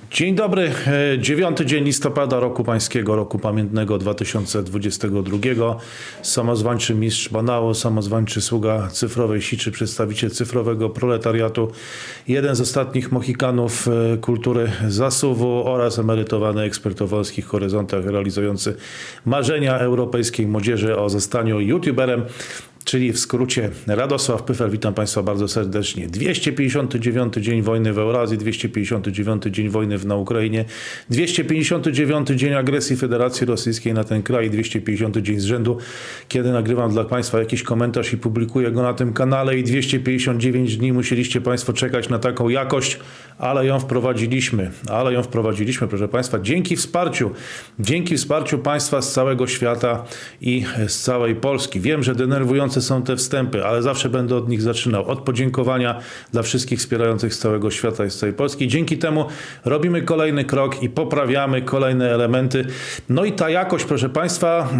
Dzień dobry, 9 dzień listopada roku pańskiego, roku pamiętnego 2022. Samozwańczy mistrz banału, samozwańczy sługa cyfrowej siczy, przedstawiciel cyfrowego proletariatu, jeden z ostatnich mohikanów kultury zasuwu oraz emerytowany ekspert o wąskich horyzontach realizujący marzenia europejskiej młodzieży o zostaniu youtuberem. Czyli w skrócie Radosław Pyfel. Witam Państwa bardzo serdecznie. 259 dzień wojny w Eurazji, 259 dzień wojny na Ukrainie, 259 dzień agresji Federacji Rosyjskiej na ten kraj, 250 dzień z rzędu, kiedy nagrywam dla Państwa jakiś komentarz i publikuję go na tym kanale i 259 dni musieliście Państwo czekać na taką jakość, ale ją wprowadziliśmy, proszę Państwa, dzięki wsparciu Państwa z całego świata i z całej Polski. Wiem, że denerwujące są te wstępy, ale zawsze będę od nich zaczynał. Od podziękowania dla wszystkich wspierających z całego świata i z całej Polski. Dzięki temu robimy kolejny krok i poprawiamy kolejne elementy. No i ta jakość, proszę Państwa,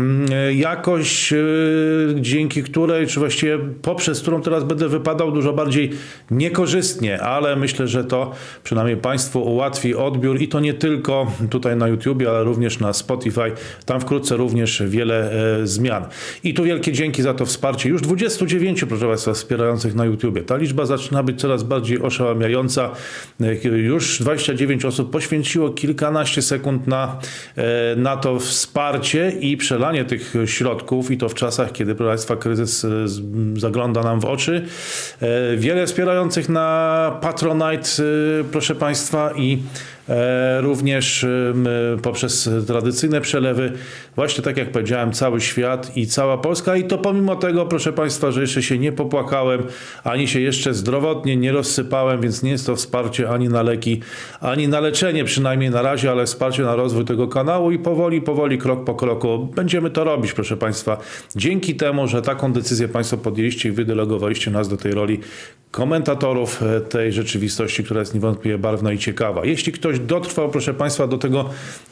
dzięki której, czy właściwie poprzez którą teraz będę wypadał dużo bardziej niekorzystnie, ale myślę, że to przynajmniej Państwu ułatwi odbiór i to nie tylko tutaj na YouTubie, ale również na Spotify. Tam wkrótce również wiele zmian. I tu wielkie dzięki za to wsparcie. Już 29, proszę Państwa, wspierających na YouTubie. Ta liczba zaczyna być coraz bardziej oszałamiająca. Już 29 osób poświęciło kilkanaście sekund na to wsparcie i przelanie tych środków i to w czasach, kiedy, proszę Państwa, kryzys zagląda nam w oczy. Wiele wspierających na Patronite, proszę Państwa, i również poprzez tradycyjne przelewy, właśnie tak jak powiedziałem, cały świat i cała Polska, i to pomimo tego, proszę Państwa, że jeszcze się nie popłakałem, ani się jeszcze zdrowotnie nie rozsypałem, więc nie jest to wsparcie ani na leki, ani na leczenie, przynajmniej na razie, ale wsparcie na rozwój tego kanału i powoli, krok po kroku będziemy to robić, proszę Państwa. Dzięki temu, że taką decyzję Państwo podjęliście i wydelegowaliście nas do tej roli komentatorów tej rzeczywistości, która jest niewątpliwie barwna i ciekawa. Jeśli ktoś dotrwał, proszę Państwa, do tego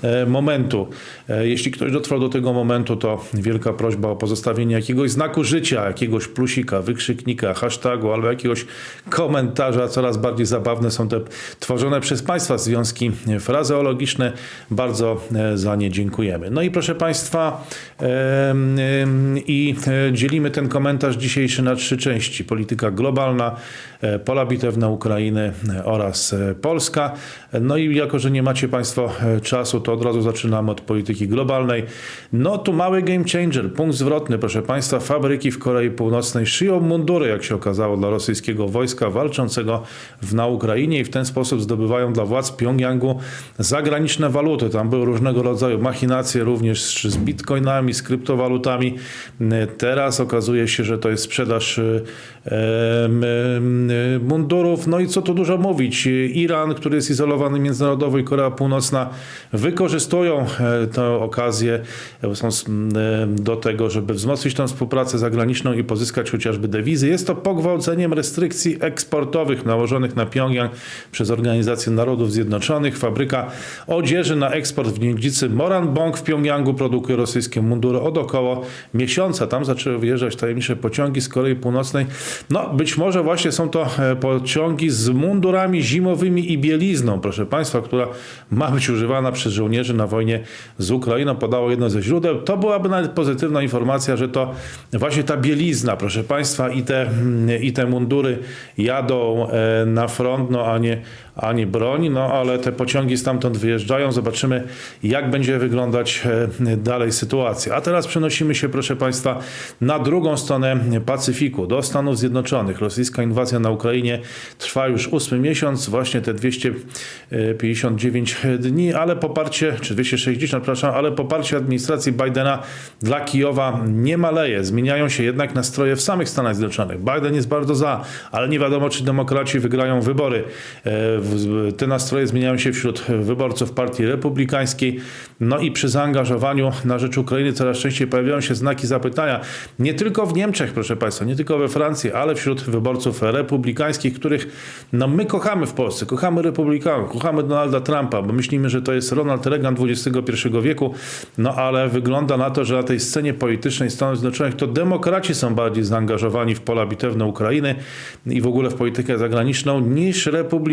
momentu, to wielka prośba o pozostawienie jakiegoś znaku życia, jakiegoś plusika, wykrzyknika, hashtagu albo jakiegoś komentarza. Coraz bardziej zabawne są te tworzone przez Państwa związki frazeologiczne. Bardzo za nie dziękujemy. No i proszę Państwa, dzielimy ten komentarz dzisiejszy na 3 części. Polityka globalna, pola bitewne Ukrainy oraz Polska. No i jako, że nie macie Państwo czasu, to od razu zaczynamy od polityki globalnej. No tu mały game changer, punkt zwrotny, proszę Państwa. Fabryki w Korei Północnej szyją mundury, jak się okazało, dla rosyjskiego wojska walczącego na Ukrainie i w ten sposób zdobywają dla władz Pjongjangu zagraniczne waluty. Tam były różnego rodzaju machinacje również z bitcoinami, z kryptowalutami. Teraz okazuje się, że to jest sprzedaż mundurów. No i co tu dużo mówić. Iran, który jest izolowany międzynarodowo, i Korea Północna wykorzystują tę okazję do tego, żeby wzmocnić tę współpracę zagraniczną i pozyskać chociażby dewizy. Jest to pogwałceniem restrykcji eksportowych nałożonych na Pjongjang przez Organizację Narodów Zjednoczonych. Fabryka odzieży na eksport w dzielnicy Moranbong w Pjongjangu produkuje rosyjskie mundury od około miesiąca. Tam zaczęły wyjeżdżać tajemnicze pociągi z Korei Północnej. No być może właśnie są to pociągi z mundurami zimowymi i bielizną, proszę Państwa, która ma być używana przez żołnierzy na wojnie z Ukrainą, podało jedno ze źródeł. To byłaby nawet pozytywna informacja, że to właśnie ta bielizna, proszę Państwa, i te mundury jadą na front, no a nie broń, no ale te pociągi stamtąd wyjeżdżają. Zobaczymy, jak będzie wyglądać dalej sytuacja. A teraz przenosimy się, proszę Państwa, na drugą stronę Pacyfiku, do Stanów Zjednoczonych. Rosyjska inwazja na Ukrainie trwa już 8 miesiąc, właśnie te 259 dni, ale poparcie, czy 260, przepraszam, ale poparcie administracji Bidena dla Kijowa nie maleje. Zmieniają się jednak nastroje w samych Stanach Zjednoczonych. Biden jest bardzo za, ale nie wiadomo, czy demokraci wygrają wybory. Te nastroje zmieniają się wśród wyborców Partii Republikańskiej. No i przy zaangażowaniu na rzecz Ukrainy coraz częściej pojawiają się znaki zapytania. Nie tylko w Niemczech, proszę Państwa, nie tylko we Francji, ale wśród wyborców republikańskich, których no, my kochamy w Polsce, kochamy republikanów, kochamy Donalda Trumpa, bo myślimy, że to jest Ronald Reagan XXI wieku, no ale wygląda na to, że na tej scenie politycznej Stanów Zjednoczonych to demokraci są bardziej zaangażowani w pola bitewne Ukrainy i w ogóle w politykę zagraniczną niż republikanie.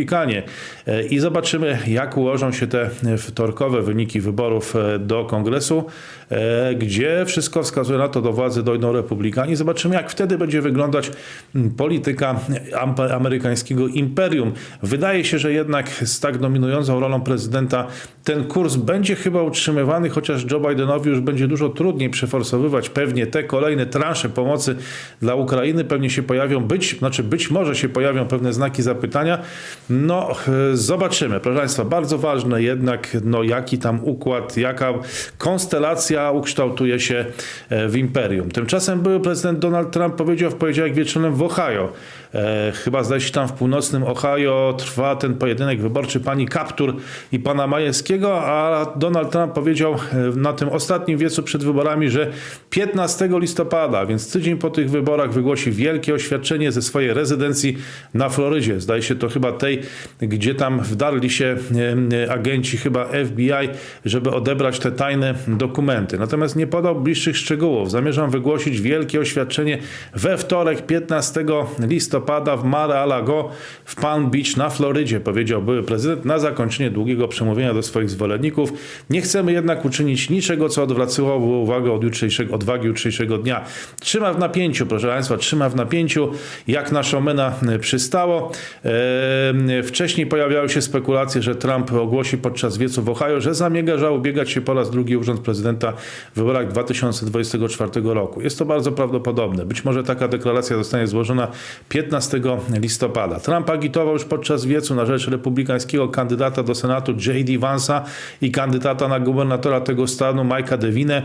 I zobaczymy, jak ułożą się te wtorkowe wyniki wyborów do Kongresu, gdzie wszystko wskazuje na to, do władzy dojdą republikanie. Zobaczymy, jak wtedy będzie wyglądać polityka amerykańskiego imperium. Wydaje się, że jednak z tak dominującą rolą prezydenta ten kurs będzie chyba utrzymywany, chociaż Joe Bidenowi już będzie dużo trudniej przeforsowywać pewnie te kolejne transze pomocy dla Ukrainy. Pewnie się pojawią, być może się pojawią pewne znaki zapytania. No, zobaczymy. Proszę Państwa, bardzo ważne jednak, jaki tam układ, jaka konstelacja ukształtuje się w imperium. Tymczasem były prezydent Donald Trump powiedział w poniedziałek wieczorem w Ohio. Chyba zdaje się tam w północnym Ohio trwa ten pojedynek wyborczy pani Kaptur i pana Majewskiego, a Donald Trump powiedział na tym ostatnim wiecu przed wyborami, że 15 listopada, więc tydzień po tych wyborach, wygłosi wielkie oświadczenie ze swojej rezydencji na Florydzie. Zdaje się to chyba tej, gdzie tam wdarli się agenci chyba FBI, żeby odebrać te tajne dokumenty. Natomiast nie podał bliższych szczegółów. Zamierzam wygłosić wielkie oświadczenie we wtorek 15 listopada w Mar-a-Lago w Palm Beach na Florydzie, powiedział były prezydent na zakończenie długiego przemówienia do swoich zwolenników. Nie chcemy jednak uczynić niczego, co odwracałoby uwagę od odwagi jutrzejszego dnia. Trzyma w napięciu, proszę Państwa, trzyma w napięciu, jak na showmana przystało. Wcześniej pojawiały się spekulacje, że Trump ogłosi podczas wiecu w Ohio, że zamierza ubiegać się po raz drugi urząd prezydenta w wyborach 2024 roku. Jest to bardzo prawdopodobne. Być może taka deklaracja zostanie złożona 15 listopada. Trump agitował już podczas wiecu na rzecz republikańskiego kandydata do Senatu J.D. Vance'a i kandydata na gubernatora tego stanu Mike'a DeWine.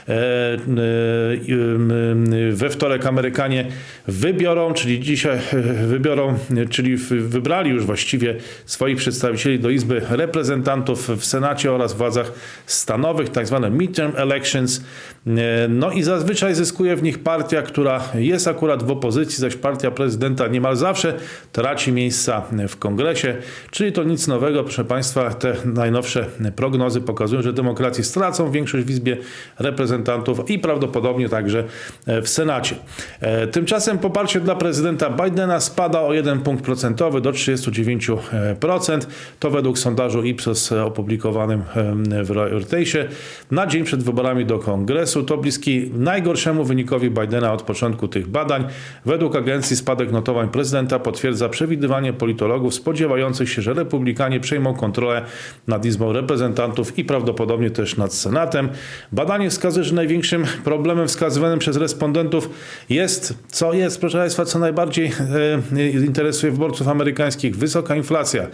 We wtorek Amerykanie wybrali już właściwie swoich przedstawicieli do Izby Reprezentantów w Senacie oraz władzach stanowych, tak zwane midterm elections. No i zazwyczaj zyskuje w nich partia, która jest akurat w opozycji, zaś partia prezydenta niemal zawsze traci miejsca w kongresie, czyli to nic nowego, proszę Państwa. Te najnowsze prognozy pokazują, że demokraci stracą większość w Izbie Reprezentantów i prawdopodobnie także w Senacie. Tymczasem poparcie dla prezydenta Bidena spada o 1 punkt procentowy do 39%. To według sondażu Ipsos opublikowanym w Reutersie na dzień przed wyborami do kongresu. To bliski najgorszemu wynikowi Bidena od początku tych badań. Według agencji spadek notowań prezydenta potwierdza przewidywanie politologów spodziewających się, że republikanie przejmą kontrolę nad Izbą Reprezentantów i prawdopodobnie też nad Senatem. Badanie wskazuje, że największym problemem wskazywanym przez respondentów jest, proszę Państwa, co najbardziej interesuje wyborców amerykańskich, wysoka inflacja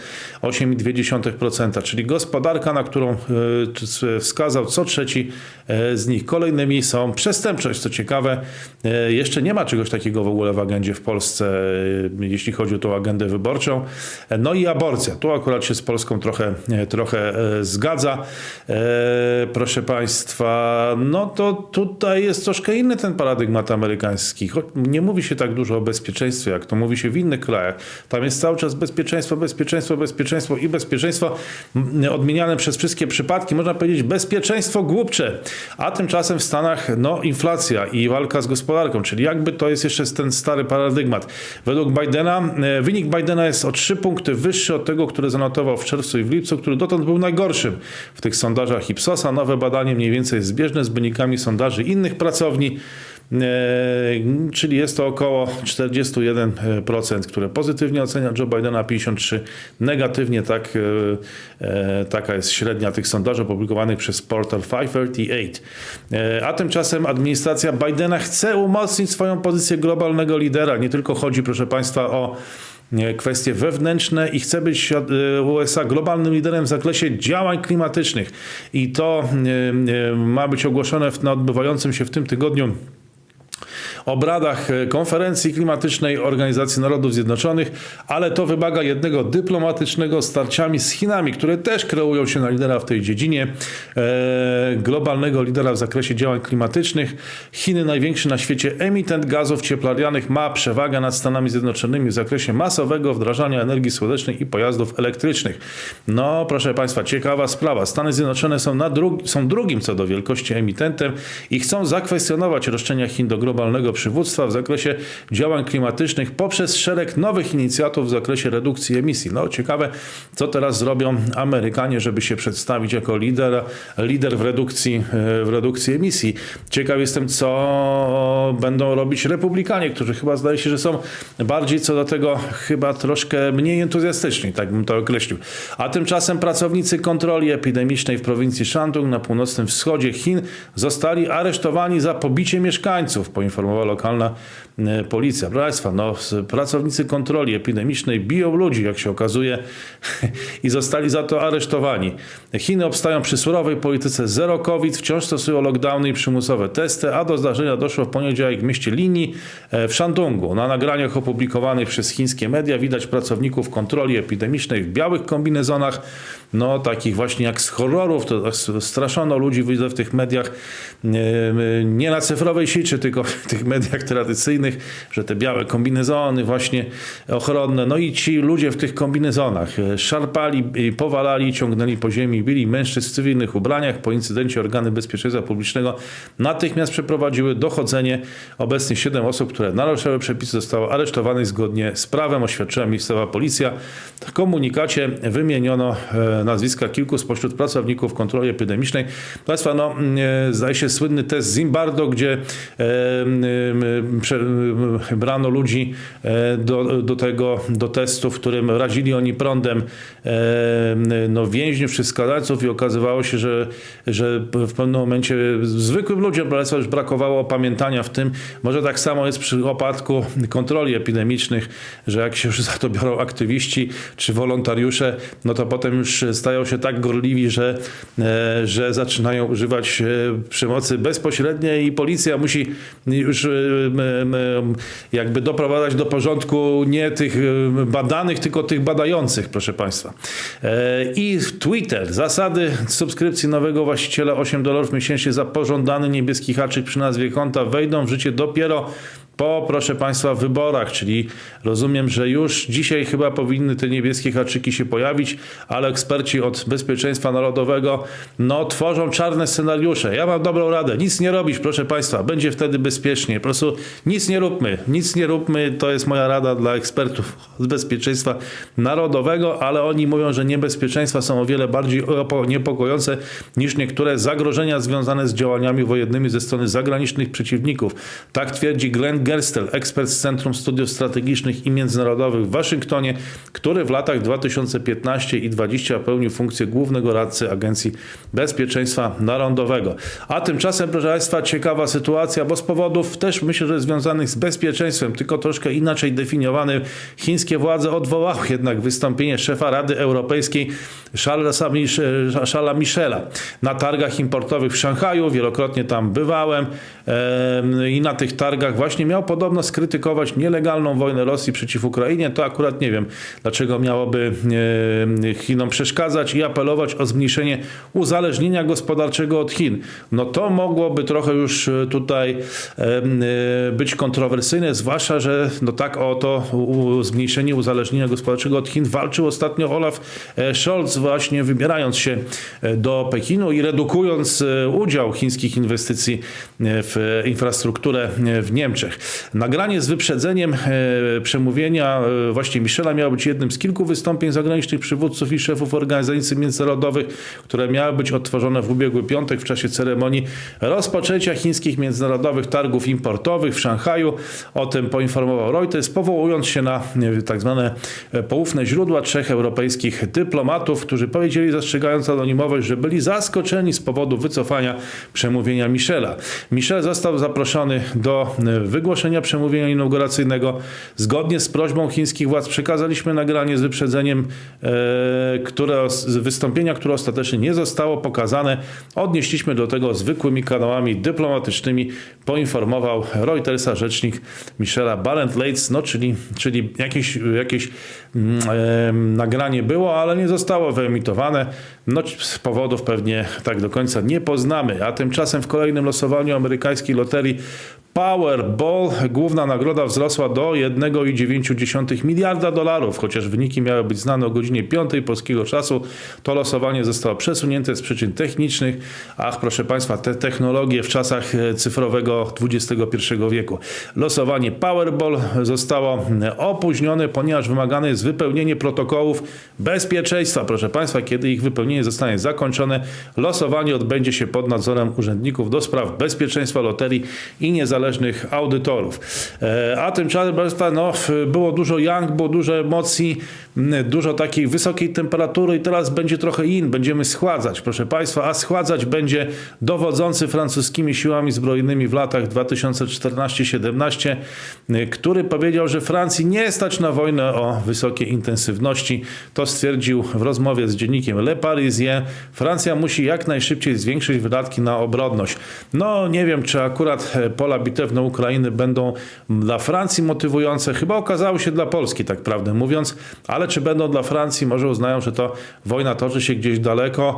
8,2%, czyli gospodarka, na którą wskazał co trzeci z nich. Kolejnymi są przestępczość, co ciekawe, jeszcze nie ma czegoś takiego w ogóle w agendzie w Polsce, jeśli chodzi o tą agendę wyborczą. No i aborcja. Tu akurat się z Polską trochę zgadza. Proszę Państwa, no to tutaj jest troszkę inny ten paradygmat amerykański. Choć nie mówi się tak dużo o bezpieczeństwie, jak to mówi się w innych krajach. Tam jest cały czas bezpieczeństwo i bezpieczeństwo odmieniane przez wszystkie przypadki. Można powiedzieć bezpieczeństwo głupcze. A tymczasem w Stanach inflacja i walka z gospodarką, czyli jakby to jest jeszcze ten stary paradygmat. Według Bidena, wynik Bidena jest o 3 punkty wyższy od tego, który zanotował w czerwcu i w lipcu, który dotąd był najgorszym w tych sondażach Ipsosa. Nowe badanie mniej więcej jest zbieżne z wynikami sondaży innych pracowni, czyli jest to około 41%, które pozytywnie ocenia Joe Bidena, 53% negatywnie. Taka jest średnia tych sondaży opublikowanych przez portal 538. A tymczasem administracja Bidena chce umocnić swoją pozycję globalnego lidera. Nie tylko chodzi, proszę Państwa, o kwestie wewnętrzne i chce być USA globalnym liderem w zakresie działań klimatycznych. I to ma być ogłoszone na odbywającym się w tym tygodniu obradach konferencji klimatycznej Organizacji Narodów Zjednoczonych, ale to wymaga jednego dyplomatycznego starciami z Chinami, które też kreują się na lidera w tej dziedzinie, globalnego lidera w zakresie działań klimatycznych. Chiny, największy na świecie emitent gazów cieplarnianych, ma przewagę nad Stanami Zjednoczonymi w zakresie masowego wdrażania energii słonecznej i pojazdów elektrycznych. No, proszę Państwa, ciekawa sprawa. Stany Zjednoczone są drugim co do wielkości emitentem i chcą zakwestionować roszczenia Chin do globalnego przywództwa w zakresie działań klimatycznych poprzez szereg nowych inicjatyw w zakresie redukcji emisji. No ciekawe, co teraz zrobią Amerykanie, żeby się przedstawić jako lider w redukcji emisji. Ciekaw jestem, co będą robić Republikanie, którzy chyba zdaje się, że są bardziej co do tego chyba troszkę mniej entuzjastyczni, tak bym to określił. A tymczasem pracownicy kontroli epidemicznej w prowincji Shandong na północnym wschodzie Chin zostali aresztowani za pobicie mieszkańców, poinformowała lokalna policja. Proszę Państwa, pracownicy kontroli epidemicznej biją ludzi, jak się okazuje, i zostali za to aresztowani. Chiny obstają przy surowej polityce zero COVID, wciąż stosują lockdowny i przymusowe testy, a do zdarzenia doszło w poniedziałek w mieście Linyi w Shandongu. Na nagraniach opublikowanych przez chińskie media widać pracowników kontroli epidemicznej w białych kombinezonach, takich właśnie jak z horrorów, to straszono ludzi, widzę w tych mediach, nie na cyfrowej sieci, tylko w tych mediach tradycyjnych, że te białe kombinezony właśnie ochronne, no i ci ludzie w tych kombinezonach szarpali, powalali, ciągnęli po ziemi, bili mężczyzn w cywilnych ubraniach. Po incydencie organy bezpieczeństwa publicznego natychmiast przeprowadziły dochodzenie. Obecnie 7 osób, które naruszały przepisy, zostało aresztowanych zgodnie z prawem, oświadczyła miejscowa policja. W komunikacie wymieniono nazwiska kilku spośród pracowników kontroli epidemicznej. Państwa, zdaje się słynny test Zimbardo, gdzie brano ludzi do testu, w którym razili oni prądem więźniów czy skazańców i okazywało się, że w pewnym momencie zwykłym ludziom już brakowało opamiętania w tym. Może tak samo jest przy opadku kontroli epidemicznych, że jak się już za to biorą aktywiści czy wolontariusze, to potem już stają się tak gorliwi, że zaczynają używać przemocy bezpośredniej i policja musi już jakby doprowadzać do porządku nie tych badanych, tylko tych badających, proszę Państwa. I Twitter. Zasady subskrypcji nowego właściciela $8 miesięcznie za pożądany niebieski haczyk przy nazwie konta wejdą w życie dopiero po, proszę Państwa, wyborach, czyli rozumiem, że już dzisiaj chyba powinny te niebieskie haczyki się pojawić, ale eksperci od Bezpieczeństwa Narodowego tworzą czarne scenariusze. Ja mam dobrą radę, nic nie robić, proszę Państwa, będzie wtedy bezpiecznie. Po prostu nic nie róbmy, to jest moja rada dla ekspertów z Bezpieczeństwa Narodowego, ale oni mówią, że niebezpieczeństwa są o wiele bardziej niepokojące niż niektóre zagrożenia związane z działaniami wojennymi ze strony zagranicznych przeciwników. Tak twierdzi Glenn Gerstel, ekspert z Centrum Studiów Strategicznych i Międzynarodowych w Waszyngtonie, który w latach 2015 i 2020 pełnił funkcję głównego radcy Agencji Bezpieczeństwa Narodowego. A tymczasem, proszę Państwa, ciekawa sytuacja, bo z powodów też myślę, że związanych z bezpieczeństwem, tylko troszkę inaczej definiowany, chińskie władze odwołały jednak wystąpienie szefa Rady Europejskiej Charlesa Michela na targach importowych w Szanghaju. Wielokrotnie tam bywałem i na tych targach właśnie miał podobno skrytykować nielegalną wojnę Rosji przeciw Ukrainie. To akurat nie wiem, dlaczego miałoby Chinom przeszkadzać i apelować o zmniejszenie uzależnienia gospodarczego od Chin. To mogłoby trochę już tutaj być kontrowersyjne, zwłaszcza, że tak o to zmniejszenie uzależnienia gospodarczego od Chin walczył ostatnio Olaf Scholz, właśnie wybierając się do Pekinu i redukując udział chińskich inwestycji w infrastrukturę w Niemczech. Nagranie z wyprzedzeniem przemówienia właśnie Michela miało być jednym z kilku wystąpień zagranicznych przywódców i szefów organizacji międzynarodowych, które miały być odtworzone w ubiegły piątek w czasie ceremonii rozpoczęcia chińskich międzynarodowych targów importowych w Szanghaju. O tym poinformował Reuters, powołując się na tak zwane poufne źródła 3 europejskich dyplomatów, którzy powiedzieli, zastrzegając anonimowość, że byli zaskoczeni z powodu wycofania przemówienia Michela. Michel został zaproszony do wygłoszenia przemówienia inauguracyjnego. Zgodnie z prośbą chińskich władz przekazaliśmy nagranie z wyprzedzeniem wystąpienia, które ostatecznie nie zostało pokazane. Odnieśliśmy do tego zwykłymi kanałami dyplomatycznymi, poinformował Reutersa rzecznik Michela Balent-Leitz, czyli jakieś nagranie było, ale nie zostało wyemitowane. Z powodów pewnie tak do końca nie poznamy. A tymczasem w kolejnym losowaniu amerykańskiej loterii Powerball. Główna nagroda wzrosła do 1,9 miliarda dolarów, chociaż wyniki miały być znane o godzinie 5 polskiego czasu. To losowanie zostało przesunięte z przyczyn technicznych. Ach, proszę Państwa, te technologie w czasach cyfrowego XXI wieku. Losowanie Powerball zostało opóźnione, ponieważ wymagane jest wypełnienie protokołów bezpieczeństwa. Proszę Państwa, kiedy ich wypełnienie zostanie zakończone, losowanie odbędzie się pod nadzorem urzędników do spraw bezpieczeństwa loterii i niezależnych audytorów. A tymczasem było dużo yang, było dużo emocji, dużo takiej wysokiej temperatury i teraz będzie trochę będziemy schładzać, proszę Państwa, a schładzać będzie dowodzący francuskimi siłami zbrojnymi w latach 2014-17, który powiedział, że Francji nie stać na wojnę o wysokiej intensywności. To stwierdził w rozmowie z dziennikiem Le Parisien. Francja musi jak najszybciej zwiększyć wydatki na obronność. No nie wiem, czy akurat pola bitewne Ukrainy będą dla Francji motywujące. Chyba okazały się dla Polski, tak prawdę mówiąc, ale czy będą dla Francji? Może uznają, że to wojna toczy się gdzieś daleko.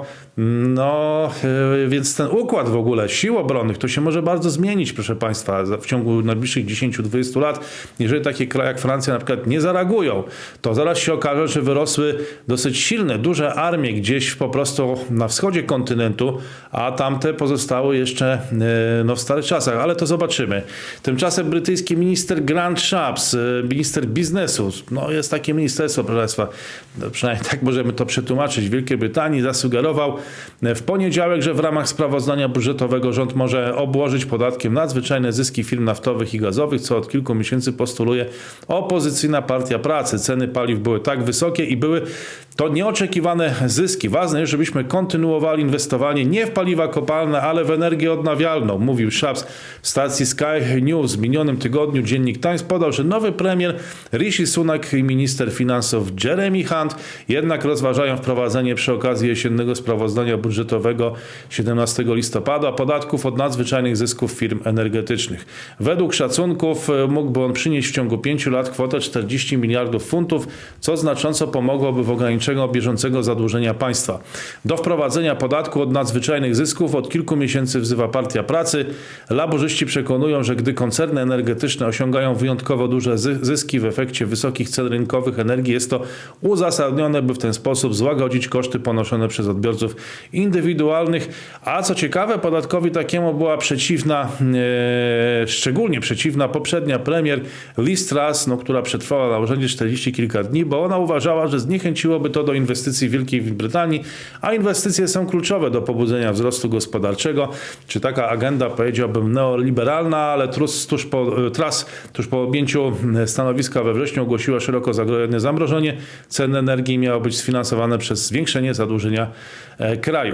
No, więc ten układ w ogóle sił obronnych to się może bardzo zmienić, proszę Państwa, w ciągu najbliższych 10-20 lat. Jeżeli takie kraje jak Francja na przykład nie zareagują, to zaraz się okaże, że wyrosły dosyć silne, duże armie gdzieś po prostu na wschodzie kontynentu, a tamte pozostały jeszcze w starych czasach, ale to zobaczymy. Tymczasem brytyjski minister Grant Shapps, minister biznesu, jest takie ministerstwo, proszę Państwa, przynajmniej tak możemy to przetłumaczyć, w Wielkiej Brytanii zasugerował w poniedziałek, że w ramach sprawozdania budżetowego rząd może obłożyć podatkiem nadzwyczajne zyski firm naftowych i gazowych, co od kilku miesięcy postuluje opozycyjna Partia Pracy. Ceny paliw były tak wysokie i były to nieoczekiwane zyski. Ważne jest, żebyśmy kontynuowali inwestowanie nie w paliwa kopalne, ale w energię odnawialną, mówił Shapps w stacji Sky News. W minionym tygodniu dziennik Times podał, że nowy premier Rishi Sunak i minister finansów Jeremy Hunt jednak rozważają wprowadzenie przy okazji jesiennego sprawozdania budżetowego 17 listopada podatków od nadzwyczajnych zysków firm energetycznych. Według szacunków mógłby on przynieść w ciągu 5 lat kwotę 40 miliardów funtów, co znacząco pomogłoby w ograniczeniu bieżącego zadłużenia państwa. Do wprowadzenia podatku od nadzwyczajnych zysków od kilku miesięcy wzywa Partia Pracy. Laborzyści przekonują, że gdy koncerny energetyczne osiągają wyjątkowo duże zyski w efekcie wysokich cen rynkowych energii, jest to uzasadnione, by w ten sposób złagodzić koszty ponoszone przez odbiorców indywidualnych. A co ciekawe, podatkowi takiemu była szczególnie przeciwna poprzednia premier Liz Truss, która przetrwała na urzędzie 40 kilka dni, bo ona uważała, że zniechęciłoby to do inwestycji w Wielkiej Brytanii, a inwestycje są kluczowe do pobudzenia wzrostu gospodarczego. Czy taka agenda, powiedziałbym, neoliberalna, ale Truss tuż po objęciu stanowiska we wrześniu ogłosiła szeroko zakrojone zamrożenie cen energii, miało być sfinansowane przez zwiększenie zadłużenia kraju.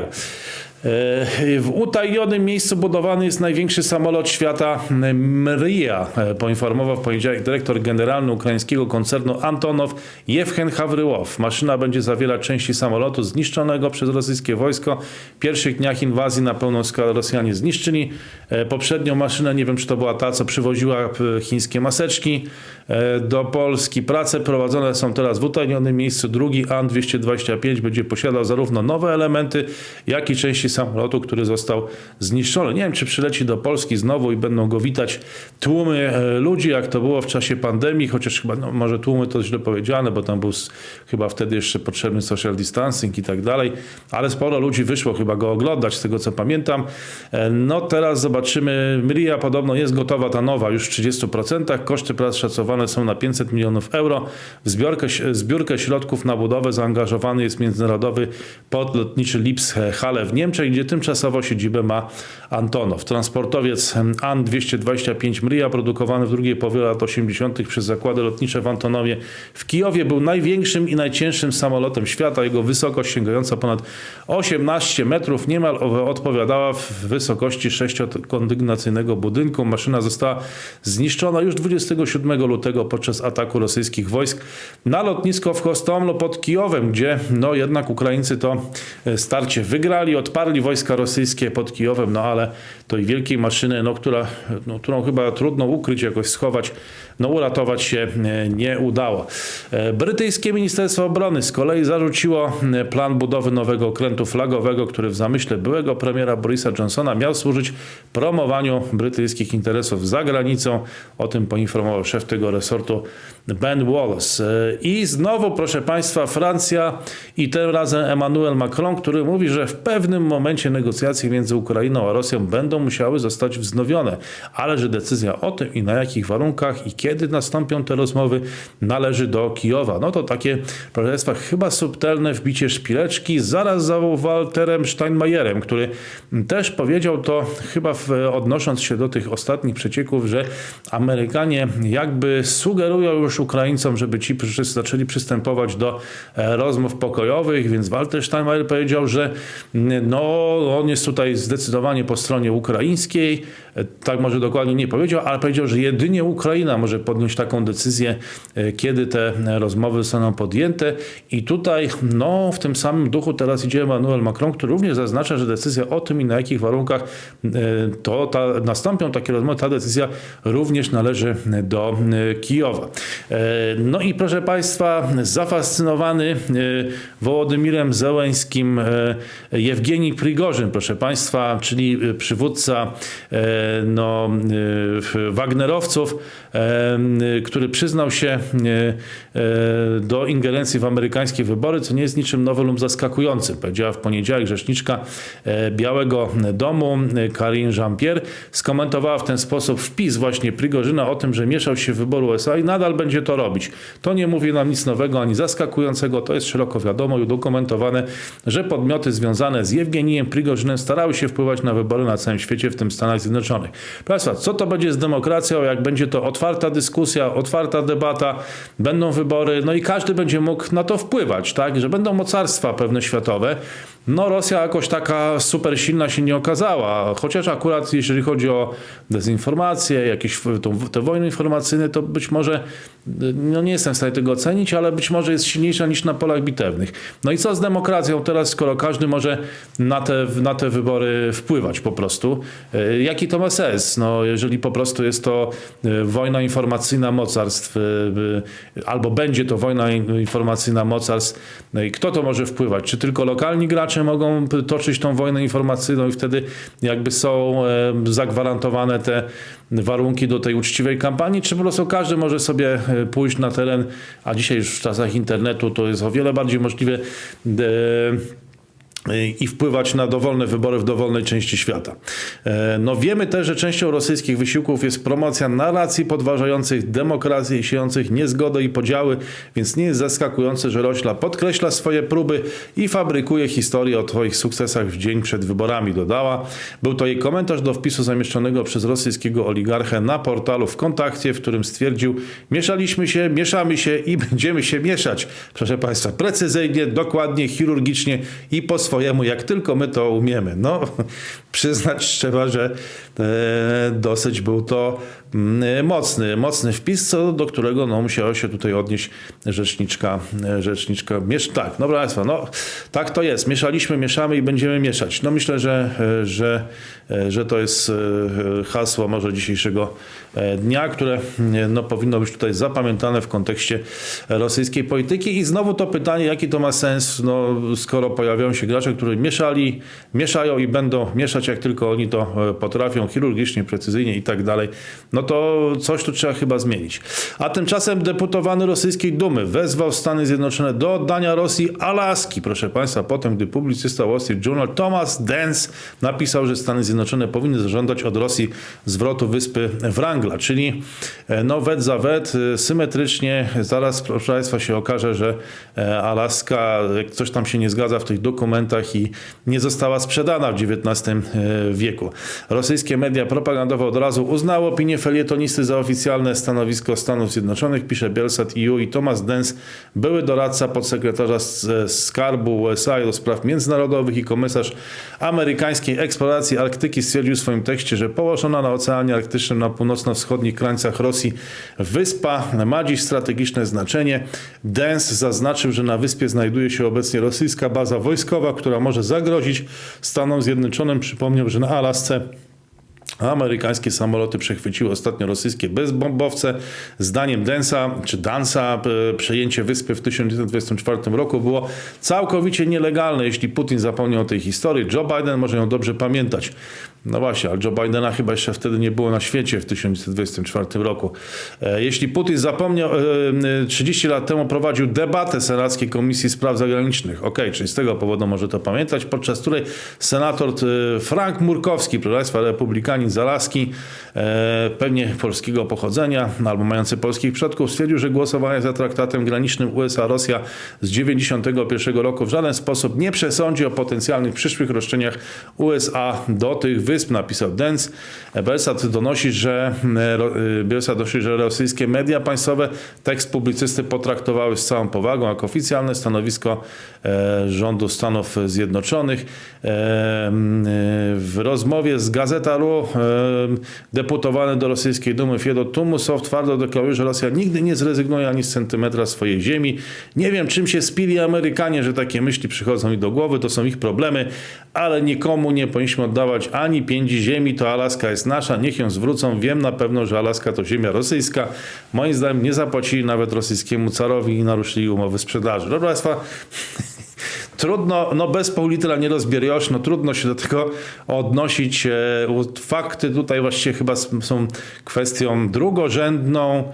W utajonym miejscu budowany jest największy samolot świata Mriya, poinformował w poniedziałek dyrektor generalny ukraińskiego koncernu Antonow Jewchen Hawryłow. Maszyna będzie zawierać części samolotu zniszczonego przez rosyjskie wojsko. W pierwszych dniach inwazji na pełną skalę Rosjanie zniszczyli poprzednią maszynę. Nie wiem, czy to była ta, co przywoziła chińskie maseczki do Polski. Prace prowadzone są teraz w utajonym miejscu. Drugi An-225 będzie posiadał zarówno nowe elementy, jak i części samolotu, który został zniszczony. Nie wiem, czy przyleci do Polski znowu i będą go witać tłumy ludzi, jak to było w czasie pandemii, chociaż chyba, może tłumy to źle powiedziane, bo tam był chyba wtedy jeszcze potrzebny social distancing i tak dalej, ale sporo ludzi wyszło chyba go oglądać, z tego co pamiętam. Teraz zobaczymy. Mriya podobno jest gotowa, ta nowa, już w 30%. Koszty prac szacowane są na 500 milionów euro. W zbiórkę środków na budowę zaangażowany jest międzynarodowy port lotniczy Lipsk-Halle w Niemczech, gdzie tymczasowo siedzibę ma Antonow. Transportowiec An-225 Mriya, produkowany w drugiej połowie lat 80. przez zakłady lotnicze w Antonowie w Kijowie, był największym i najcięższym samolotem świata. Jego wysokość sięgająca ponad 18 metrów niemal odpowiadała w wysokości 6-kondygnacyjnego budynku. Maszyna została zniszczona już 27 lutego podczas ataku rosyjskich wojsk na lotnisko w Hostomlu pod Kijowem, gdzie jednak Ukraińcy to starcie wygrali, odparli otarli wojska rosyjskie pod Kijowem, no ale tej wielkiej maszyny, którą chyba trudno ukryć, jakoś schować, uratować się nie udało. Brytyjskie Ministerstwo Obrony z kolei zarzuciło plan budowy nowego okrętu flagowego, który w zamyśle byłego premiera Borisa Johnsona miał służyć promowaniu brytyjskich interesów za granicą. O tym poinformował szef tego resortu Ben Wallace. I znowu, proszę Państwa, Francja i tym razem Emmanuel Macron, który mówi, że w pewnym momencie negocjacje między Ukrainą a Rosją będą musiały zostać wznowione, ale że decyzja o tym i na jakich warunkach i kiedy nastąpią te rozmowy należy do Kijowa. No to takie, proszę Państwa, chyba subtelne wbicie szpileczki zaraz za Walterem Steinmeierem, który też powiedział to chyba odnosząc się do tych ostatnich przecieków, że Amerykanie jakby sugerują już Ukraińcom, żeby ci zaczęli przystępować do rozmów pokojowych, więc Walter Steinmeier powiedział, że on jest tutaj zdecydowanie po stronie ukraińskiej. Tak może dokładnie nie powiedział, ale powiedział, że jedynie Ukraina może podjąć taką decyzję, kiedy te rozmowy zostaną podjęte. I tutaj w tym samym duchu teraz idzie Emmanuel Macron, który również zaznacza, że decyzja o tym i na jakich warunkach nastąpią takie rozmowy, ta decyzja również należy do Kijowa. No i proszę Państwa, zafascynowany Wołodymirem Zełeńskim Jewgenij Prigorzyn, proszę Państwa, czyli przywódca Wagnerowców, który przyznał się do ingerencji w amerykańskie wybory, co nie jest niczym nowym lub zaskakującym. Powiedziała w poniedziałek rzeczniczka Białego Domu Karine Jean-Pierre, skomentowała w ten sposób wpis właśnie Prigorzyna o tym, że mieszał się w wybory USA i nadal będzie to robić. To nie mówi nam nic nowego ani zaskakującego, to jest szeroko wiadomo i udokumentowane, że podmioty związane z Jewgenijem Prigorzynem starały się wpływać na wybory na całym świecie, w tym Stanach Zjednoczonych. Proszę Państwa, co to będzie z demokracją, jak będzie to otwarta dyskusja, otwarta debata, będą wybory, i każdy będzie mógł na to wpływać, tak, że będą mocarstwa pewne światowe. Rosja jakoś taka super silna się nie okazała, chociaż akurat jeżeli chodzi o dezinformację, jakieś te wojny informacyjne, to być może, nie jestem w stanie tego ocenić, ale być może jest silniejsza niż na polach bitewnych. I co z demokracją teraz, skoro każdy może na te wybory wpływać po prostu? Jaki to ma sens? Jeżeli po prostu jest to wojna informacyjna mocarstw, albo będzie to wojna informacyjna mocarstw, i kto to może wpływać? Czy tylko lokalni gracze mogą toczyć tą wojnę informacyjną i wtedy jakby są zagwarantowane te warunki do tej uczciwej kampanii, czy po prostu każdy może sobie pójść na teren, a dzisiaj już w czasach internetu to jest o wiele bardziej możliwe i wpływać na dowolne wybory w dowolnej części świata. Wiemy też, że częścią rosyjskich wysiłków jest promocja narracji podważających demokrację i siejących niezgodę i podziały, więc nie jest zaskakujące, że Rosja podkreśla swoje próby i fabrykuje historię o swoich sukcesach w dzień przed wyborami, dodała. Był to jej komentarz do wpisu zamieszczonego przez rosyjskiego oligarchę na portalu w Kontakcie, w którym stwierdził: mieszaliśmy się, mieszamy się i będziemy się mieszać. Proszę Państwa, precyzyjnie, dokładnie, chirurgicznie i po swojemu, jak tylko my to umiemy. Przyznać trzeba, że dosyć był to mocny wpis, do którego musiała się tutaj odnieść rzeczniczka. Tak, proszę Państwa, tak to jest. Mieszaliśmy, mieszamy i będziemy mieszać. Myślę, że to jest hasło może dzisiejszego dnia, które powinno być tutaj zapamiętane w kontekście rosyjskiej polityki. I znowu to pytanie, jaki to ma sens, skoro pojawiają się gracze, którzy mieszają i będą mieszać, jak tylko oni to potrafią, chirurgicznie, precyzyjnie i tak dalej, to coś tu trzeba chyba zmienić. A tymczasem deputowany rosyjskiej Dumy wezwał Stany Zjednoczone do oddania Rosji Alaski. Proszę Państwa, potem, gdy publicysta Wall Street Journal Thomas Dance napisał, że Stany Zjednoczone powinny zażądać od Rosji zwrotu wyspy Wrangla, czyli wet za wet, symetrycznie. Zaraz, proszę Państwa, się okaże, że Alaska, jak coś tam się nie zgadza w tych dokumentach i nie została sprzedana w XIX wieku. Rosyjskie rosyjskie media propagandowe od razu uznały opinię felietonisty za oficjalne stanowisko Stanów Zjednoczonych, pisze Bielsat EU, i Thomas Dance, były doradca podsekretarza skarbu USA do spraw międzynarodowych i komisarz amerykańskiej eksploracji Arktyki, stwierdził w swoim tekście, że położona na Oceanie Arktycznym na północno-wschodnich krańcach Rosji wyspa ma dziś strategiczne znaczenie. Dance zaznaczył, że na wyspie znajduje się obecnie rosyjska baza wojskowa, która może zagrozić Stanom Zjednoczonym. Przypomniał, że na Alasce amerykańskie samoloty przechwyciły ostatnio rosyjskie bezbombowce. Zdaniem Dansa przejęcie wyspy w 1924 roku było całkowicie nielegalne. Jeśli Putin zapomniał o tej historii, Joe Biden może ją dobrze pamiętać. No właśnie, ale Joe Bidena chyba jeszcze wtedy nie było na świecie w 1924 roku. Jeśli Putin zapomniał, 30 lat temu prowadził debatę Senackiej Komisji Spraw Zagranicznych. Czyli z tego powodu może to pamiętać, podczas której senator Frank Murkowski, proszę państwa, republikanin z Alaski, pewnie polskiego pochodzenia, albo mający polskich przodków, stwierdził, że głosowanie za traktatem granicznym USA-Rosja z 1991 roku w żaden sposób nie przesądzi o potencjalnych przyszłych roszczeniach USA do tych wysp, napisał Dance. Bielsat donosi, że rosyjskie media państwowe tekst publicysty potraktowały z całą powagą jako oficjalne stanowisko rządu Stanów Zjednoczonych. W rozmowie z Gazeta.ru deputowany do rosyjskiej Dumy Fiodor Tumusow twardo deklaruje, że Rosja nigdy nie zrezygnuje ani z centymetra swojej ziemi. Nie wiem, czym się spili Amerykanie, że takie myśli przychodzą im do głowy, to są ich problemy, ale nikomu nie powinniśmy oddawać ani piędzi ziemi, to Alaska jest nasza, niech ją zwrócą. Wiem na pewno, że Alaska to ziemia rosyjska. Moim zdaniem nie zapłacili nawet rosyjskiemu carowi i naruszyli umowy sprzedaży. Proszę Państwa, trudno, bez pół litra nie rozbieriosz, trudno się do tego odnosić. Fakty tutaj właściwie chyba są kwestią drugorzędną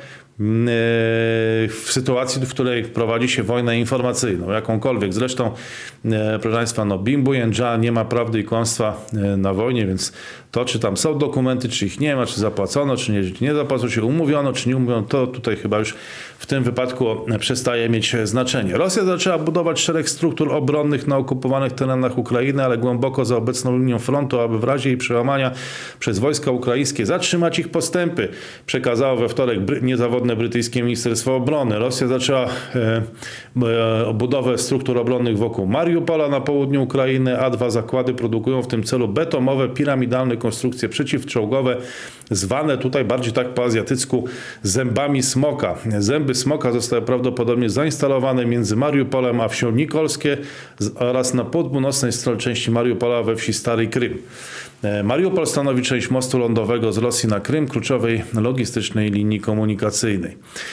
w sytuacji, w której prowadzi się wojnę informacyjną, jakąkolwiek. Zresztą, proszę Państwa, Bimbu Jędża, nie ma prawdy i kłamstwa na wojnie, więc to, czy tam są dokumenty, czy ich nie ma, czy zapłacono, czy nie zapłacono, czy umówiono, czy nie umówiono, to tutaj chyba już w tym wypadku przestaje mieć znaczenie. Rosja zaczęła budować szereg struktur obronnych na okupowanych terenach Ukrainy, ale głęboko za obecną linią frontu, aby w razie jej przełamania przez wojska ukraińskie zatrzymać ich postępy, przekazało we wtorek niezawodne brytyjskie Ministerstwo Obrony. Rosja zaczęła budowę struktur obronnych wokół Mariupola na południu Ukrainy, a dwa zakłady produkują w tym celu betonowe, piramidalne konstrukcje przeciwczołgowe, zwane tutaj bardziej tak po azjatycku zębami smoka. Zęby smoka zostały prawdopodobnie zainstalowane między Mariupolem a wsią Nikolskie oraz na północnej części Mariupola we wsi Stary Krym. Mariupol stanowi część mostu lądowego z Rosji na Krym, kluczowej logistycznej linii komunikacyjnej.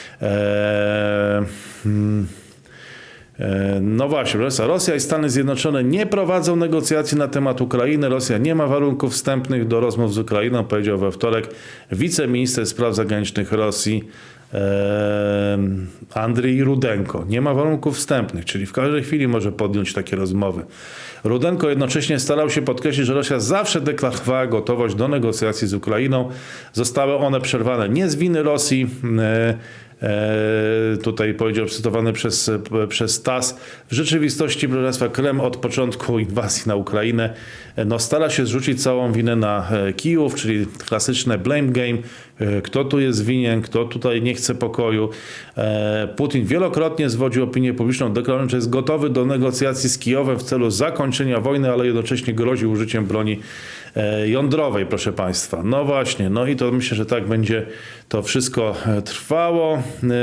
No właśnie, Rosja i Stany Zjednoczone nie prowadzą negocjacji na temat Ukrainy. Rosja nie ma warunków wstępnych do rozmów z Ukrainą, powiedział we wtorek wiceminister spraw zagranicznych Rosji Andrii Rudenko. Nie ma warunków wstępnych, czyli w każdej chwili może podjąć takie rozmowy. Rudenko jednocześnie starał się podkreślić, że Rosja zawsze deklarowała gotowość do negocjacji z Ukrainą. Zostały one przerwane nie z winy Rosji. Tutaj powiedział, cytowany przez TASS, w rzeczywistości, proszę Państwa, Kreml od początku inwazji na Ukrainę stara się zrzucić całą winę na Kijów, czyli klasyczne blame game. Kto tu jest winien, kto tutaj nie chce pokoju. Putin wielokrotnie zwodził opinię publiczną, deklarując, że jest gotowy do negocjacji z Kijowem w celu zakończenia wojny, ale jednocześnie groził użyciem broni jądrowej, proszę Państwa. No właśnie, i to myślę, że tak będzie to wszystko trwało.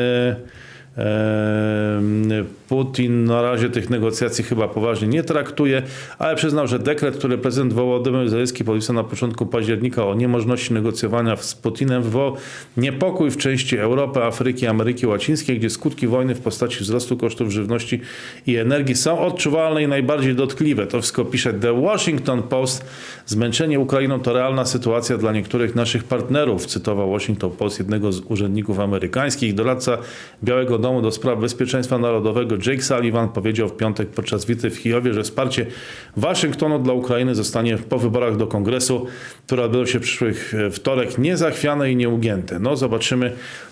Putin na razie tych negocjacji chyba poważnie nie traktuje, ale przyznał, że dekret, który prezydent Wołodymyr Zełenski podpisał na początku października o niemożności negocjowania z Putinem, wywołał niepokój w części Europy, Afryki, Ameryki Łacińskiej, gdzie skutki wojny w postaci wzrostu kosztów żywności i energii są odczuwalne i najbardziej dotkliwe. To wszystko pisze The Washington Post. Zmęczenie Ukrainą to realna sytuacja dla niektórych naszych partnerów, cytował Washington Post jednego z urzędników amerykańskich. Doradca Białego Domu do spraw bezpieczeństwa narodowego Jake Sullivan powiedział w piątek podczas wizyty w Kijowie, że wsparcie Waszyngtonu dla Ukrainy zostanie po wyborach do Kongresu, które odbędą się przyszły wtorek, niezachwiane i nieugięte. Zobaczymy.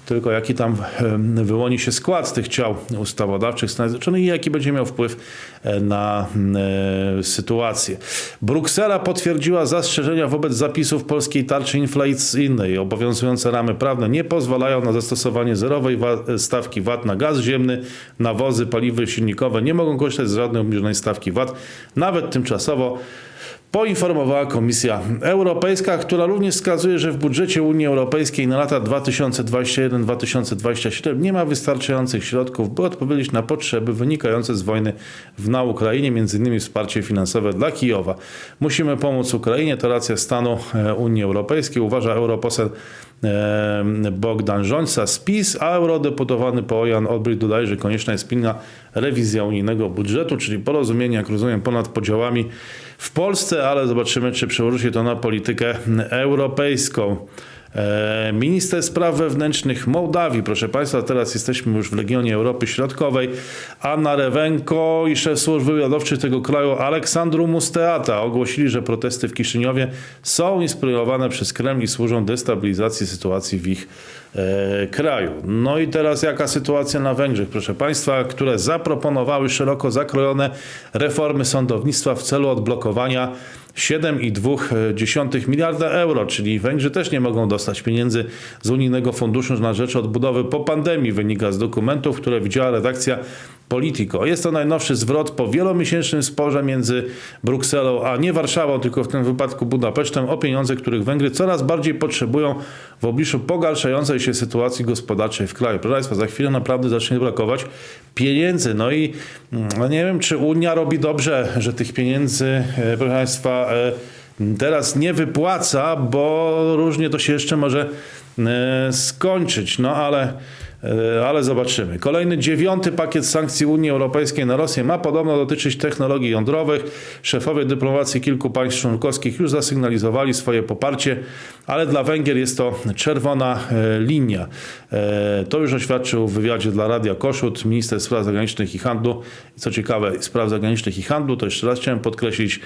tylko jaki tam wyłoni się skład tych ciał ustawodawczych Stanów Zjednoczonych i jaki będzie miał wpływ na sytuację. Bruksela potwierdziła zastrzeżenia wobec zapisów polskiej tarczy inflacyjnej. Obowiązujące ramy prawne nie pozwalają na zastosowanie zerowej stawki VAT na gaz ziemny, nawozy, paliwa silnikowe. Nie mogą korzystać z żadnej obniżonej stawki VAT, nawet tymczasowo, poinformowała Komisja Europejska, która również wskazuje, że w budżecie Unii Europejskiej na lata 2021-2027 nie ma wystarczających środków, by odpowiedzieć na potrzeby wynikające z wojny na Ukrainie, m.in. wsparcie finansowe dla Kijowa. Musimy pomóc Ukrainie, to racja stanu Unii Europejskiej, uważa europoseł Bogdan Rzońca z PiS, a eurodeputowany Jan Olbrycht dodaje, że konieczna jest pilna rewizja unijnego budżetu, czyli porozumienie, jak rozumiem, ponad podziałami w Polsce, ale zobaczymy, czy przełoży się to na politykę europejską. Minister spraw wewnętrznych Mołdawii, proszę Państwa, teraz jesteśmy już w Legionie Europy Środkowej, Anna Rewenko i szef służb wywiadowczych tego kraju Aleksandru Musteata ogłosili, że protesty w Kiszyniowie są inspirowane przez Kreml i służą destabilizacji sytuacji w ich kraju. No i teraz jaka sytuacja na Węgrzech, proszę Państwa, które zaproponowały szeroko zakrojone reformy sądownictwa w celu odblokowania 7,2 miliarda euro, czyli Węgrzy też nie mogą dostać pieniędzy z Unijnego Funduszu na rzecz odbudowy po pandemii, wynika z dokumentów, które widziała redakcja Politico. Jest to najnowszy zwrot po wielomiesięcznym sporze między Brukselą, a nie Warszawą, tylko w tym wypadku Budapesztem, o pieniądze, których Węgry coraz bardziej potrzebują w obliczu pogarszającej się sytuacji gospodarczej w kraju. Proszę Państwa, za chwilę naprawdę zacznie brakować pieniędzy. No i nie wiem, czy Unia robi dobrze, że tych pieniędzy, proszę Państwa, teraz nie wypłaca, bo różnie to się jeszcze może skończyć. No ale zobaczymy. Kolejny 9. pakiet sankcji Unii Europejskiej na Rosję ma podobno dotyczyć technologii jądrowych. Szefowie dyplomacji kilku państw członkowskich już zasygnalizowali swoje poparcie, ale dla Węgier jest to czerwona linia. To już oświadczył w wywiadzie dla Radia Kossuth minister spraw zagranicznych i handlu. Co ciekawe, spraw zagranicznych i handlu, to jeszcze raz chciałem podkreślić,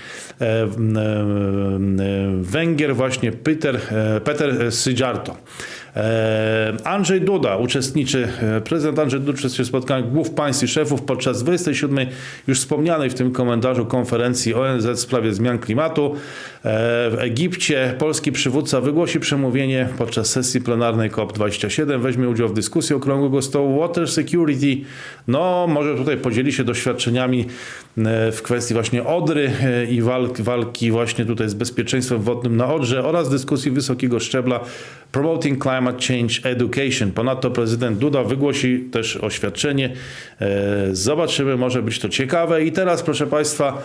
Węgier właśnie Peter Szijjártó. Andrzej Duda prezydent Andrzej Duda uczestniczy w spotkaniu głów państw i szefów podczas 27. już wspomnianej w tym komentarzu konferencji ONZ w sprawie zmian klimatu. W Egipcie polski przywódca wygłosi przemówienie podczas sesji plenarnej COP27. Weźmie udział w dyskusji okrągłego stołu Water Security. No, może tutaj podzieli się doświadczeniami w kwestii właśnie Odry i walki właśnie tutaj z bezpieczeństwem wodnym na Odrze oraz dyskusji wysokiego szczebla Promoting Climate Change Education. Ponadto prezydent Duda wygłosi też oświadczenie. Zobaczymy, może być to ciekawe. I teraz, proszę Państwa,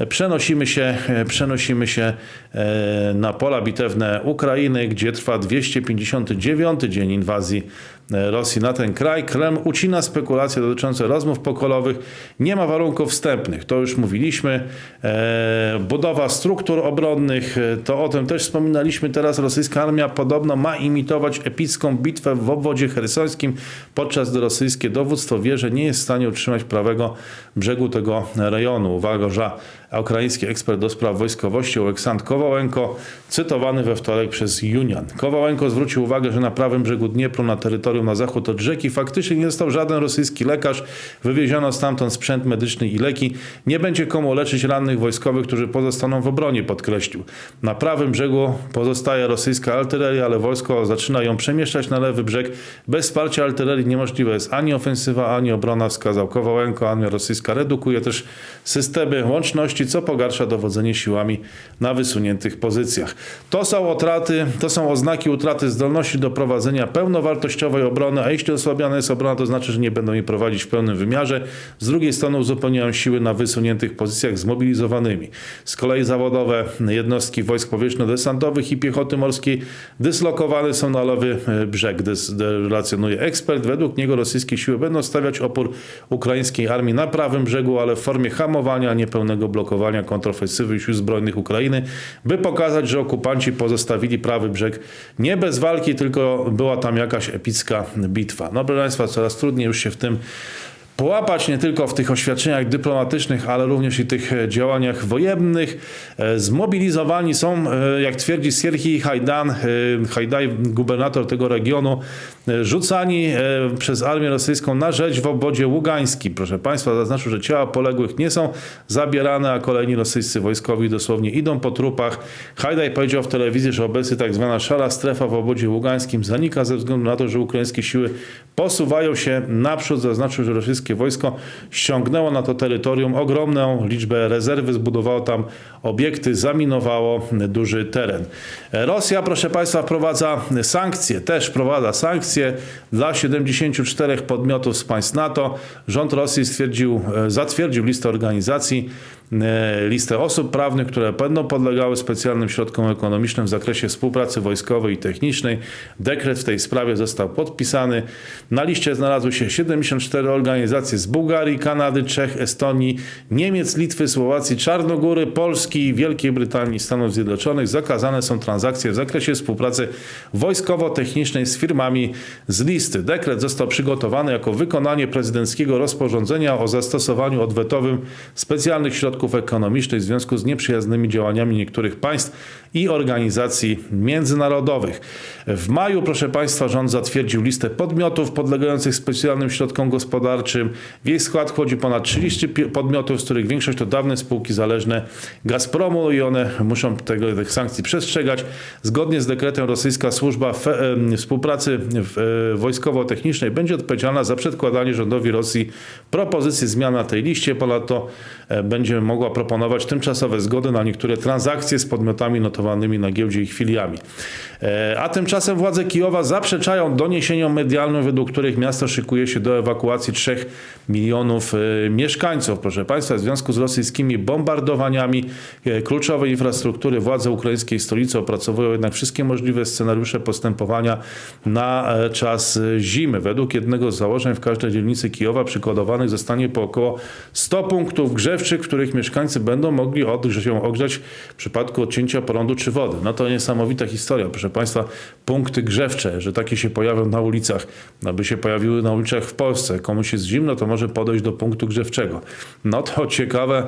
przenosimy się na pola bitewne Ukrainy, gdzie trwa 259. dzień inwazji Rosji na ten kraj. Kreml ucina spekulacje dotyczące rozmów pokojowych. Nie ma warunków wstępnych. To już mówiliśmy. Budowa struktur obronnych. To o tym też wspominaliśmy. Teraz rosyjska armia podobno ma imitować epicką bitwę w obwodzie chersońskim, podczas gdy rosyjskie dowództwo wie, że nie jest w stanie utrzymać prawego brzegu tego rejonu. Uważa ukraiński ekspert do spraw wojskowości Oleksandr Kowalenko, cytowany we wtorek przez Union. Kowalenko zwrócił uwagę, że na prawym brzegu Dniepru, na terytorium na zachód od rzeki, faktycznie nie został żaden rosyjski lekarz. Wywieziono stamtąd sprzęt medyczny i leki. Nie będzie komu leczyć rannych wojskowych, którzy pozostaną w obronie, podkreślił. Na prawym brzegu pozostaje rosyjska artyleria, ale wojsko zaczyna ją przemieszczać na lewy brzeg. Bez wsparcia artylerii niemożliwe jest ani ofensywa, ani obrona, wskazał Kowalenko. Armia rosyjska redukuje też systemy łączności, co pogarsza dowodzenie siłami na wysuniętych pozycjach. To są oznaki utraty zdolności do prowadzenia pełnowartościowej obrony, a jeśli osłabiana jest obrona, to znaczy, że nie będą jej prowadzić w pełnym wymiarze. Z drugiej strony uzupełniają siły na wysuniętych pozycjach zmobilizowanymi. Z kolei zawodowe jednostki wojsk powietrzno-desantowych i piechoty morskiej dyslokowane są na lewy brzeg, relacjonuje ekspert. Według niego rosyjskie siły będą stawiać opór ukraińskiej armii na prawym brzegu, ale w formie hamowania, niepełnego blokowania kontrofensywy sił zbrojnych Ukrainy, by pokazać, że okupanci pozostawili prawy brzeg nie bez walki, tylko była tam jakaś epicka bitwa. No proszę Państwa, coraz trudniej już się w tym połapać nie tylko w tych oświadczeniach dyplomatycznych, ale również i tych działaniach wojennych. Zmobilizowani są, jak twierdzi Sierhij Hajdaj, gubernator tego regionu, rzucani przez armię rosyjską na rzeź w obwodzie ługańskim. Proszę Państwa, zaznaczył, że ciała poległych nie są zabierane, a kolejni rosyjscy wojskowi dosłownie idą po trupach. Hajdaj powiedział w telewizji, że obecnie tak zwana szara strefa w obwodzie ługańskim zanika ze względu na to, że ukraińskie siły posuwają się naprzód. Zaznaczył, że rosyjskie wojsko ściągnęło na to terytorium ogromną liczbę rezerwy, zbudowało tam obiekty, zaminowało duży teren. Rosja, proszę Państwa, wprowadza sankcje dla 74 podmiotów z państw NATO. Rząd Rosji zatwierdził listę organizacji, listę osób prawnych, które będą podlegały specjalnym środkom ekonomicznym w zakresie współpracy wojskowej i technicznej. Dekret w tej sprawie został podpisany. Na liście znalazły się 74 organizacje z Bułgarii, Kanady, Czech, Estonii, Niemiec, Litwy, Słowacji, Czarnogóry, Polski, Wielkiej Brytanii i Stanów Zjednoczonych. Zakazane są transakcje w zakresie współpracy wojskowo-technicznej z firmami z listy. Dekret został przygotowany jako wykonanie prezydenckiego rozporządzenia o zastosowaniu odwetowym specjalnych środków ekonomicznych w związku z nieprzyjaznymi działaniami niektórych państw i organizacji międzynarodowych. W maju, proszę Państwa, rząd zatwierdził listę podmiotów podlegających specjalnym środkom gospodarczym. W jej skład wchodzi ponad 30 podmiotów, z których większość to dawne spółki zależne Gazpromu i one muszą tych sankcji przestrzegać. Zgodnie z dekretem rosyjska służba współpracy wojskowo-technicznej będzie odpowiedzialna za przedkładanie rządowi Rosji propozycji zmian na tej liście. Ponadto będzie mogła proponować tymczasowe zgody na niektóre transakcje z podmiotami notowanymi na giełdzie i filiami. A tymczasem władze Kijowa zaprzeczają doniesieniom medialnym, według których miasto szykuje się do ewakuacji 3 milionów mieszkańców. Proszę Państwa, w związku z rosyjskimi bombardowaniami kluczowej infrastruktury władze ukraińskiej stolicy opracowują jednak wszystkie możliwe scenariusze postępowania na czas zimy. Według jednego z założeń w każdej dzielnicy Kijowa przygotowanych zostanie po około 100 punktów grzewczych, w których mieszkańcy będą mogli się ogrzać w przypadku odcięcia prądu czy wody. No to niesamowita historia, proszę Państwa. Punkty grzewcze, że takie się pojawią na ulicach, aby się pojawiły na ulicach w Polsce. Komuś jest zimno, to może podejść do punktu grzewczego. No to ciekawe.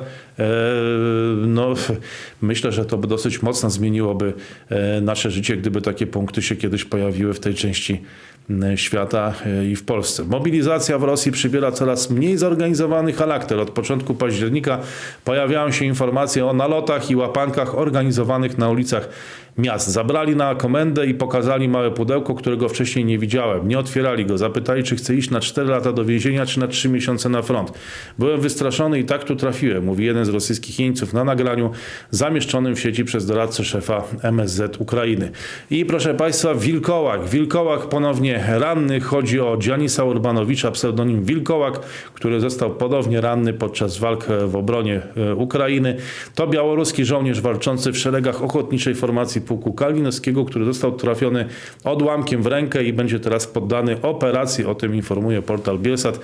No, myślę, że to by dosyć mocno zmieniłoby nasze życie, gdyby takie punkty się kiedyś pojawiły w tej części świata i w Polsce. Mobilizacja w Rosji przybiera coraz mniej zorganizowany charakter. Od początku października pojawiają się informacje o nalotach i łapankach organizowanych na ulicach miast. Zabrali na komendę i pokazali małe pudełko, którego wcześniej nie widziałem. Nie otwierali go. Zapytali, czy chcę iść na 4 lata do więzienia, czy na 3 miesiące na front. Byłem wystraszony i tak tu trafiłem, mówi jeden z rosyjskich jeńców na nagraniu zamieszczonym w sieci przez doradcę szefa MSZ Ukrainy. I proszę Państwa, Wilkołak ponownie ranny. Chodzi o Dzianisa Urbanowicza, pseudonim Wilkołak, który został ponownie ranny podczas walk w obronie Ukrainy. To białoruski żołnierz walczący w szeregach ochotniczej formacji pułku Kalinowskiego, który został trafiony odłamkiem w rękę i będzie teraz poddany operacji. O tym informuje portal Bielsat.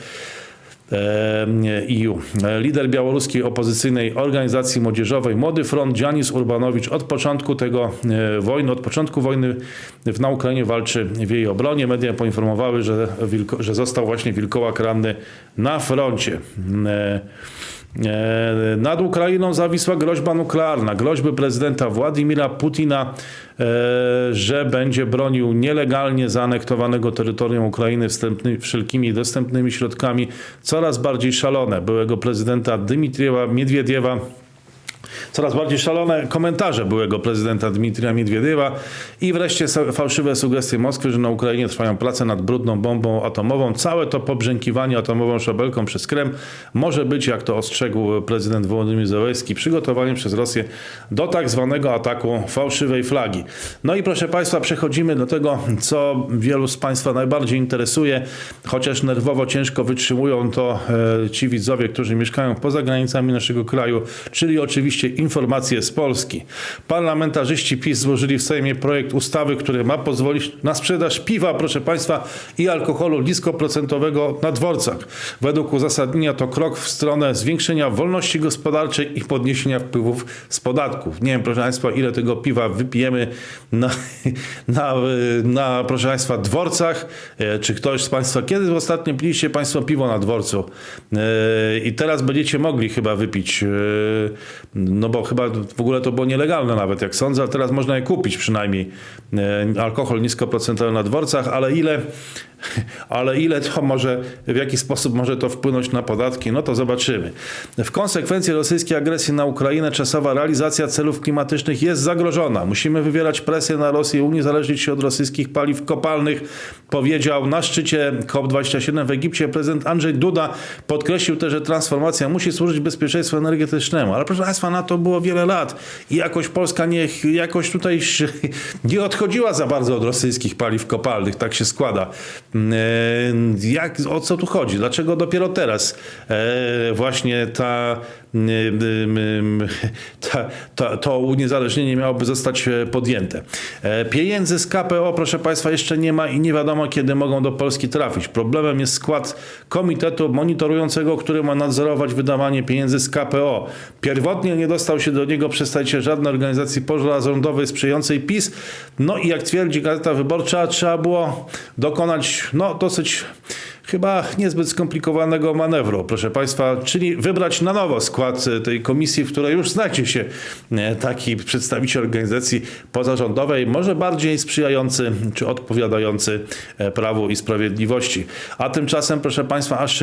EU. Lider białoruskiej opozycyjnej organizacji młodzieżowej Młody Front Dzianis Urbanowicz od początku wojny na Ukrainie walczy w jej obronie. Media poinformowały, że został właśnie Wilkołak ranny na froncie. Nad Ukrainą zawisła groźba nuklearna. Groźby prezydenta Władimira Putina, że będzie bronił nielegalnie zaanektowanego terytorium Ukrainy wszelkimi dostępnymi środkami, coraz bardziej szalone. Byłego prezydenta Dmitrija Miedwiediewa, coraz bardziej szalone komentarze byłego prezydenta Dmitrija Miedwiediewa i wreszcie fałszywe sugestie Moskwy, że na Ukrainie trwają prace nad brudną bombą atomową. Całe to pobrzękiwanie atomową szabelką przez Kreml może być, jak to ostrzegł prezydent Wołodymyr Zełenski, przygotowaniem przez Rosję do tak zwanego ataku fałszywej flagi. No i proszę Państwa, przechodzimy do tego, co wielu z Państwa najbardziej interesuje, chociaż nerwowo ciężko wytrzymują to ci widzowie, którzy mieszkają poza granicami naszego kraju, czyli oczywiście oczywiście informacje z Polski. Parlamentarzyści PiS złożyli w Sejmie projekt ustawy, który ma pozwolić na sprzedaż piwa, proszę Państwa, i alkoholu niskoprocentowego na dworcach. Według uzasadnienia to krok w stronę zwiększenia wolności gospodarczej i podniesienia wpływów z podatków. Nie wiem, proszę Państwa, ile tego piwa wypijemy na proszę Państwa, dworcach. Czy ktoś z Państwa, kiedy ostatnio piliście Państwo piwo na dworcu? I teraz będziecie mogli chyba wypić, no bo chyba w ogóle to było nielegalne nawet, jak sądzę, ale teraz można je kupić przynajmniej. Alkohol niskoprocentowy na dworcach, ale ile to może, w jaki sposób może to wpłynąć na podatki, no to zobaczymy. W konsekwencji rosyjskiej agresji na Ukrainę czasowa realizacja celów klimatycznych jest zagrożona. Musimy wywierać presję na Rosję i uniezależnić się od rosyjskich paliw kopalnych, powiedział na szczycie COP27 w Egipcie prezydent Andrzej Duda. Podkreślił też, że transformacja musi służyć bezpieczeństwu energetycznemu. Ale proszę Państwa, na to było wiele lat i jakoś Polska jakoś tutaj nie odchodziła za bardzo od rosyjskich paliw kopalnych. Tak się składa. O co tu chodzi? Dlaczego dopiero teraz właśnie to uniezależnienie miałoby zostać podjęte? Pieniędzy z KPO, proszę Państwa, jeszcze nie ma i nie wiadomo, kiedy mogą do Polski trafić. Problemem jest skład komitetu monitorującego, który ma nadzorować wydawanie pieniędzy z KPO. Pierwotnie nie dostał się do niego przedstawiciel żadnej organizacji pozarządowej sprzyjającej PiS. No i jak twierdzi Gazeta Wyborcza, trzeba było dokonać dosyć chyba niezbyt skomplikowanego manewru, proszę Państwa, czyli wybrać na nowo skład tej komisji, w której już znajdzie się taki przedstawiciel organizacji pozarządowej, może bardziej sprzyjający czy odpowiadający Prawu i Sprawiedliwości. A tymczasem, proszę Państwa, aż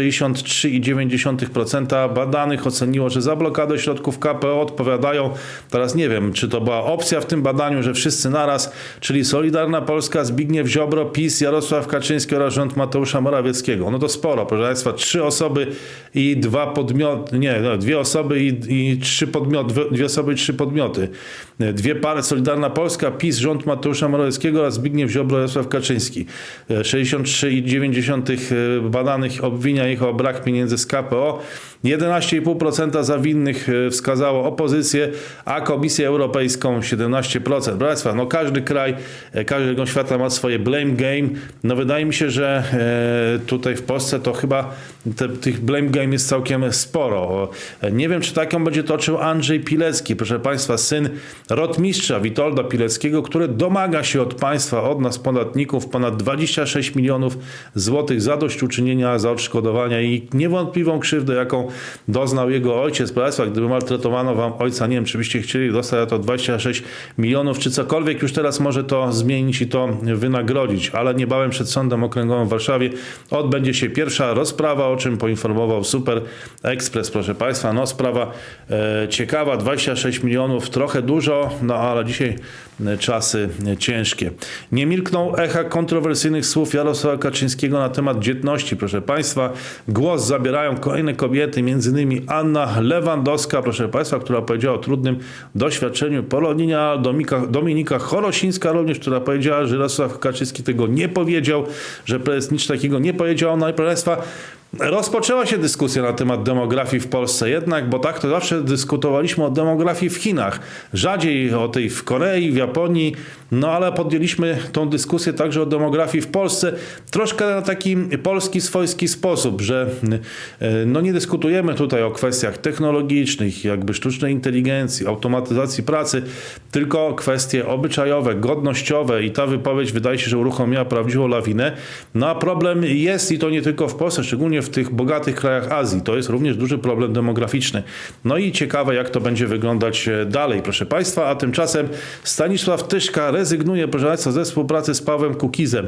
63,9% badanych oceniło, że za blokadę środków KPO odpowiadają, teraz nie wiem, czy to była opcja w tym badaniu, że wszyscy naraz, czyli Solidarna Polska, Zbigniew Ziobro, PiS, Jarosław Kaczyński oraz rząd Mateusza Morawieckiego. No to sporo, proszę Państwa, 3 osoby i 2 podmioty, dwie osoby i 3 podmioty, 2 osoby i 3 podmioty. 2 pary, Solidarna Polska, PiS, rząd Mateusza Morawieckiego oraz Zbigniew Ziobro, Jarosław Kaczyński. 63,9% badanych obwinia ich o brak pieniędzy z KPO. 11,5% zawinnych wskazało opozycję, a Komisję Europejską 17%. Proszę Państwa, każdy kraj, każdego świata ma swoje blame game. Wydaje mi się, że tutaj w Polsce to chyba tych blame game jest całkiem sporo. Nie wiem, czy taką będzie toczył Andrzej Pilecki, proszę Państwa, syn rotmistrza Witolda Pileckiego, który domaga się od państwa, od nas podatników ponad 26 milionów złotych zadośćuczynienia, za odszkodowania i niewątpliwą krzywdę, jaką doznał jego ojciec. Proszę Państwa, gdyby maltretowano wam ojca, nie wiem, czy byście chcieli dostać to 26 milionów, czy cokolwiek już teraz może to zmienić i to wynagrodzić, ale niebawem przed Sądem Okręgowym w Warszawie odbędzie się pierwsza rozprawa, o czym poinformował Super Express, proszę Państwa. Sprawa ciekawa, 26 milionów, trochę dużo, ale dzisiaj czasy ciężkie. Nie milkną echa kontrowersyjnych słów Jarosława Kaczyńskiego na temat dzietności, proszę Państwa. Głos zabierają kolejne kobiety, m.in. Anna Lewandowska, proszę Państwa, która powiedziała o trudnym doświadczeniu poronienia, Dominika Chorosińska również, która powiedziała, że Jarosław Kaczyński tego nie powiedział, że prezes nic takiego nie powiedział. No i proszę Państwa, rozpoczęła się dyskusja na temat demografii w Polsce jednak, bo tak to zawsze dyskutowaliśmy o demografii w Chinach, rzadziej o tej w Korei, w Japonii, ale podjęliśmy tą dyskusję także o demografii w Polsce, troszkę na taki polski, swojski sposób, że nie dyskutujemy tutaj o kwestiach technologicznych, jakby sztucznej inteligencji, automatyzacji pracy, tylko kwestie obyczajowe, godnościowe i ta wypowiedź wydaje się, że uruchomiła prawdziwą lawinę. A problem jest i to nie tylko w Polsce, szczególnie w tych bogatych krajach Azji. To jest również duży problem demograficzny. I ciekawe, jak to będzie wyglądać dalej, proszę Państwa. A tymczasem Stanisław Tyszka rezygnuje, proszę Państwa, ze współpracy z Pawłem Kukizem.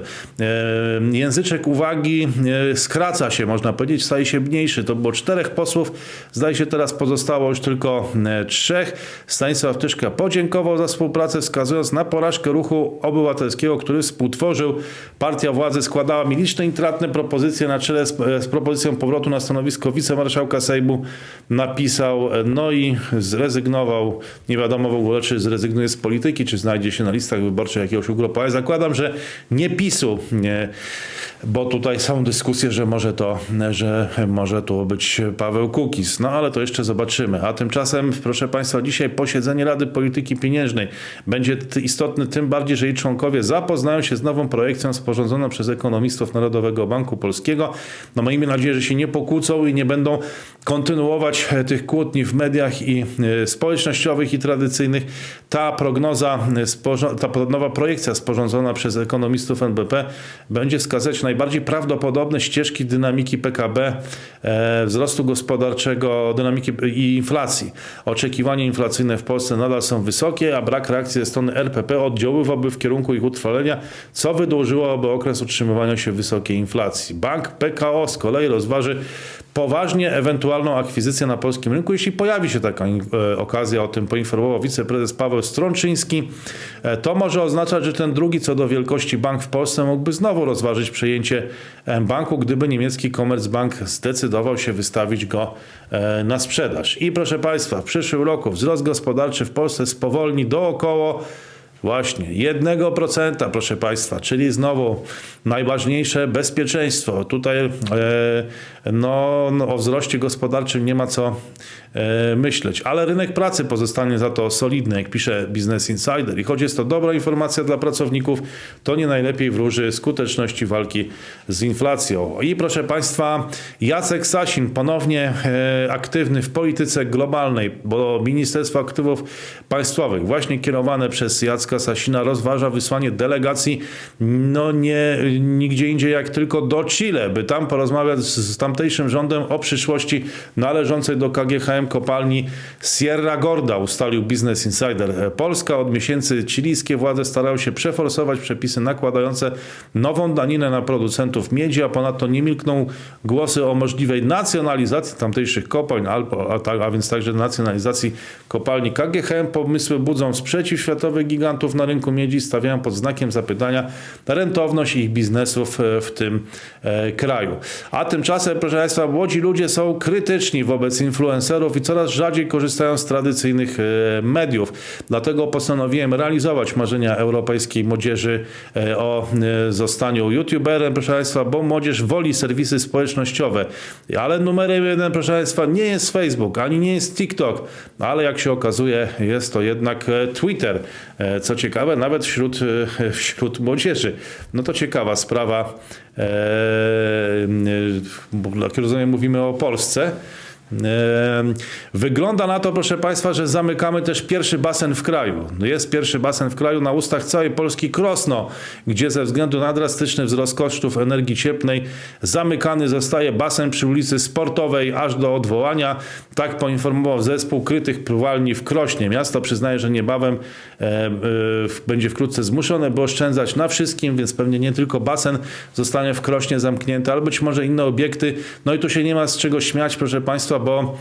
Języczek uwagi skraca się, można powiedzieć, staje się mniejszy. To było 4 posłów, zdaje się teraz pozostało już tylko 3. Stanisław Tyszka podziękował za współpracę, wskazując na porażkę ruchu obywatelskiego, który współtworzył. Partia władzy składała mi liczne intratne propozycje na czele z propozycją powrotu na stanowisko wicemarszałka Sejmu, napisał, i zrezygnował. Nie wiadomo w ogóle, czy zrezygnuje z polityki, czy znajdzie się na listach wyborczych jakiegoś ugrupowania. Zakładam, że nie PiS-u. bo tutaj są dyskusje, że może to być Paweł Kukiz. No ale to jeszcze zobaczymy. A tymczasem, proszę Państwa, dzisiaj posiedzenie Rady Polityki Pieniężnej będzie istotne tym bardziej, że jej członkowie zapoznają się z nową projekcją sporządzoną przez ekonomistów Narodowego Banku Polskiego. No miejmy nadzieję, że się nie pokłócą i nie będą kontynuować tych kłótni w mediach i społecznościowych i tradycyjnych. Ta nowa projekcja sporządzona przez ekonomistów NBP będzie wskazać najbardziej prawdopodobne ścieżki dynamiki PKB, wzrostu gospodarczego, dynamiki i inflacji. Oczekiwania inflacyjne w Polsce nadal są wysokie, a brak reakcji ze strony RPP oddziaływałby w kierunku ich utrwalenia, co wydłużyłoby okres utrzymywania się wysokiej inflacji. Bank PKO z kolei rozważy poważnie ewentualną akwizycję na polskim rynku, jeśli pojawi się taka okazja, o tym poinformował wiceprezes Paweł Strączyński. To może oznaczać, że ten drugi co do wielkości bank w Polsce mógłby znowu rozważyć przejęcie banku, gdyby niemiecki Commerzbank zdecydował się wystawić go na sprzedaż. I proszę Państwa, w przyszłym roku wzrost gospodarczy w Polsce spowolni do około właśnie 1%, proszę Państwa, czyli znowu najważniejsze bezpieczeństwo. Tutaj o wzroście gospodarczym nie ma co myśleć, ale rynek pracy pozostanie za to solidny, jak pisze Business Insider. I choć jest to dobra informacja dla pracowników, to nie najlepiej wróży skuteczności walki z inflacją. I proszę Państwa, Jacek Sasin ponownie aktywny w polityce globalnej, bo Ministerstwo Aktywów Państwowych, właśnie kierowane przez Jacka Sasina, rozważa wysłanie delegacji nie nigdzie indziej jak tylko do Chile, by tam porozmawiać z tamtejszym rządem o przyszłości należącej do KGHM kopalni Sierra Gorda, ustalił Business Insider. Polska od miesięcy chilijskie władze starały się przeforsować przepisy nakładające nową daninę na producentów miedzi, a ponadto nie milkną głosy o możliwej nacjonalizacji tamtejszych kopalń, a więc także nacjonalizacji kopalni KGHM. Pomysły budzą sprzeciw światowych gigantów na rynku miedzi, stawiają pod znakiem zapytania rentowność ich biznesów w tym kraju. A tymczasem, proszę Państwa, młodzi ludzie są krytyczni wobec influencerów i coraz rzadziej korzystają z tradycyjnych mediów. Dlatego postanowiłem realizować marzenia europejskiej młodzieży o zostaniu youtuberem, proszę Państwa, bo młodzież woli serwisy społecznościowe. Ale numerem jeden, proszę Państwa, nie jest Facebook, ani nie jest TikTok, ale jak się okazuje, jest to jednak Twitter. Co ciekawe, nawet wśród młodzieży. No to ciekawa sprawa. Jak rozumiem, mówimy o Polsce. Wygląda na to, proszę Państwa, że zamykamy też pierwszy basen w kraju. Jest pierwszy basen w kraju na ustach całej Polski, Krosno, gdzie ze względu na drastyczny wzrost kosztów energii cieplnej zamykany zostaje basen przy ulicy Sportowej aż do odwołania. Tak poinformował zespół krytych pływalni w Krośnie. Miasto przyznaje, że niebawem będzie wkrótce zmuszone, by oszczędzać na wszystkim, więc pewnie nie tylko basen zostanie w Krośnie zamknięty, ale być może inne obiekty. No i tu się nie ma z czego śmiać, proszę Państwa,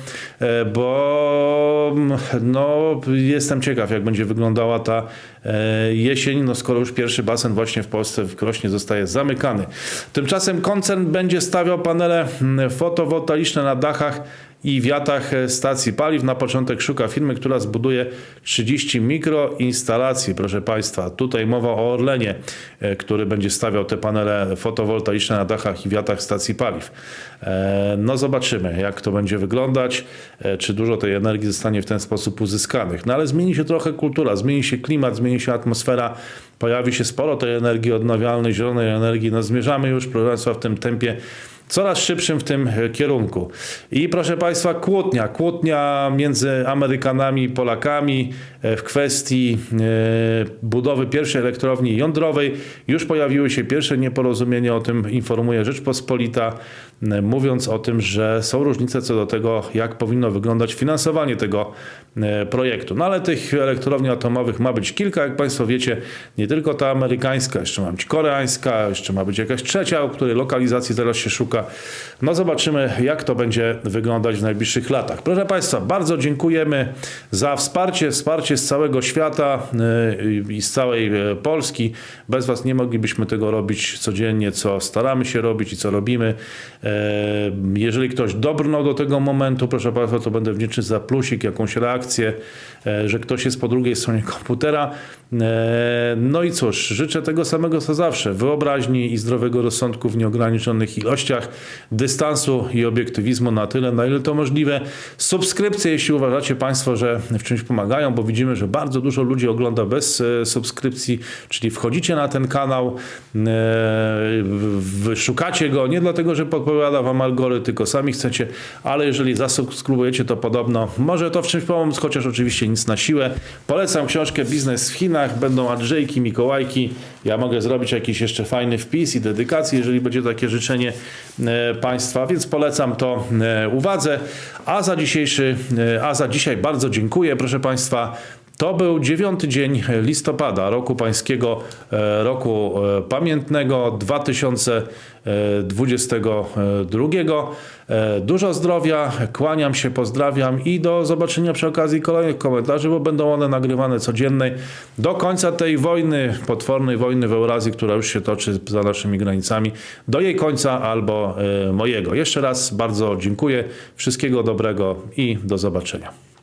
bo jestem ciekaw, jak będzie wyglądała ta jesień, skoro już pierwszy basen właśnie w Polsce w Krośnie zostaje zamykany. Tymczasem koncern będzie stawiał panele fotowoltaiczne na dachach i wiatach stacji paliw. Na początek szuka firmy, która zbuduje 30 mikroinstalacji. Proszę Państwa, tutaj mowa o Orlenie, który będzie stawiał te panele fotowoltaiczne na dachach i wiatach stacji paliw. No zobaczymy, jak to będzie wyglądać, czy dużo tej energii zostanie w ten sposób uzyskanych. No ale zmieni się trochę kultura, zmieni się klimat, zmieni się atmosfera, pojawi się sporo tej energii odnawialnej, zielonej energii. No zmierzamy już, proszę Państwa, w tym tempie coraz szybszym w tym kierunku. I proszę Państwa, kłótnia między Amerykanami i Polakami w kwestii budowy pierwszej elektrowni jądrowej. Już pojawiły się pierwsze nieporozumienia, o tym informuje Rzeczpospolita, mówiąc o tym, że są różnice co do tego, jak powinno wyglądać finansowanie tego projektu. No ale tych elektrowni atomowych ma być kilka, jak Państwo wiecie, nie tylko ta amerykańska, jeszcze ma być koreańska, jeszcze ma być jakaś trzecia, o której lokalizacji teraz się szuka. końcówka. No zobaczymy, jak to będzie wyglądać w najbliższych latach. Proszę Państwa, bardzo dziękujemy za wsparcie z całego świata i z całej Polski. Bez Was nie moglibyśmy tego robić codziennie, co staramy się robić i co robimy. Jeżeli ktoś dobrnął do tego momentu, proszę Państwa, to będę wdzięczny za plusik, jakąś reakcję, że ktoś jest po drugiej stronie komputera. No i cóż, życzę tego samego co zawsze. Wyobraźni i zdrowego rozsądku w nieograniczonych ilościach, dystansu i obiektywizmu na tyle, na ile to możliwe. Subskrypcje, jeśli uważacie Państwo, że w czymś pomagają, bo widzimy, że bardzo dużo ludzi ogląda bez subskrypcji, czyli wchodzicie na ten kanał, szukacie go nie dlatego, że podpowiada Wam algorytm, tylko sami chcecie, ale jeżeli zasubskrybujecie, to podobno może to w czymś pomóc, chociaż oczywiście nic na siłę. Polecam książkę Biznes w Chinach, będą Andrzejki, Mikołajki, ja mogę zrobić jakiś jeszcze fajny wpis i dedykację, jeżeli będzie takie życzenie Państwa, więc polecam to uwadze. A za dzisiaj bardzo dziękuję, proszę Państwa. To był 9 dzień listopada roku pańskiego, roku pamiętnego 2022. Dużo zdrowia, kłaniam się, pozdrawiam i do zobaczenia przy okazji kolejnych komentarzy, bo będą one nagrywane codziennie do końca tej wojny, potwornej wojny w Eurazji, która już się toczy za naszymi granicami, do jej końca albo mojego. Jeszcze raz bardzo dziękuję, wszystkiego dobrego i do zobaczenia.